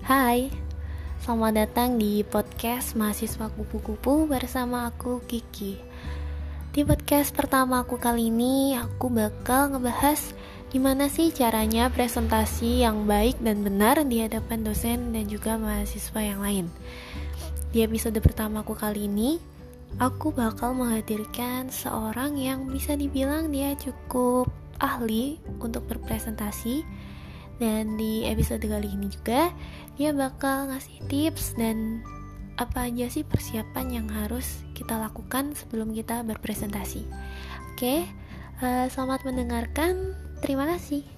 Hai, selamat datang di podcast Mahasiswa Kupu-Kupu bersama aku Kiki. Di podcast pertama aku kali ini, aku bakal ngebahas gimana sih caranya presentasi yang baik dan benar di hadapan dosen dan juga mahasiswa yang lain. Di episode pertama aku kali ini, aku bakal menghadirkan seorang yang bisa dibilang dia cukup ahli untuk berpresentasi. Dan di episode kali ini juga dia bakal ngasih tips dan apa aja sih persiapan yang harus kita lakukan sebelum kita berpresentasi. Oke, selamat mendengarkan. Terima kasih.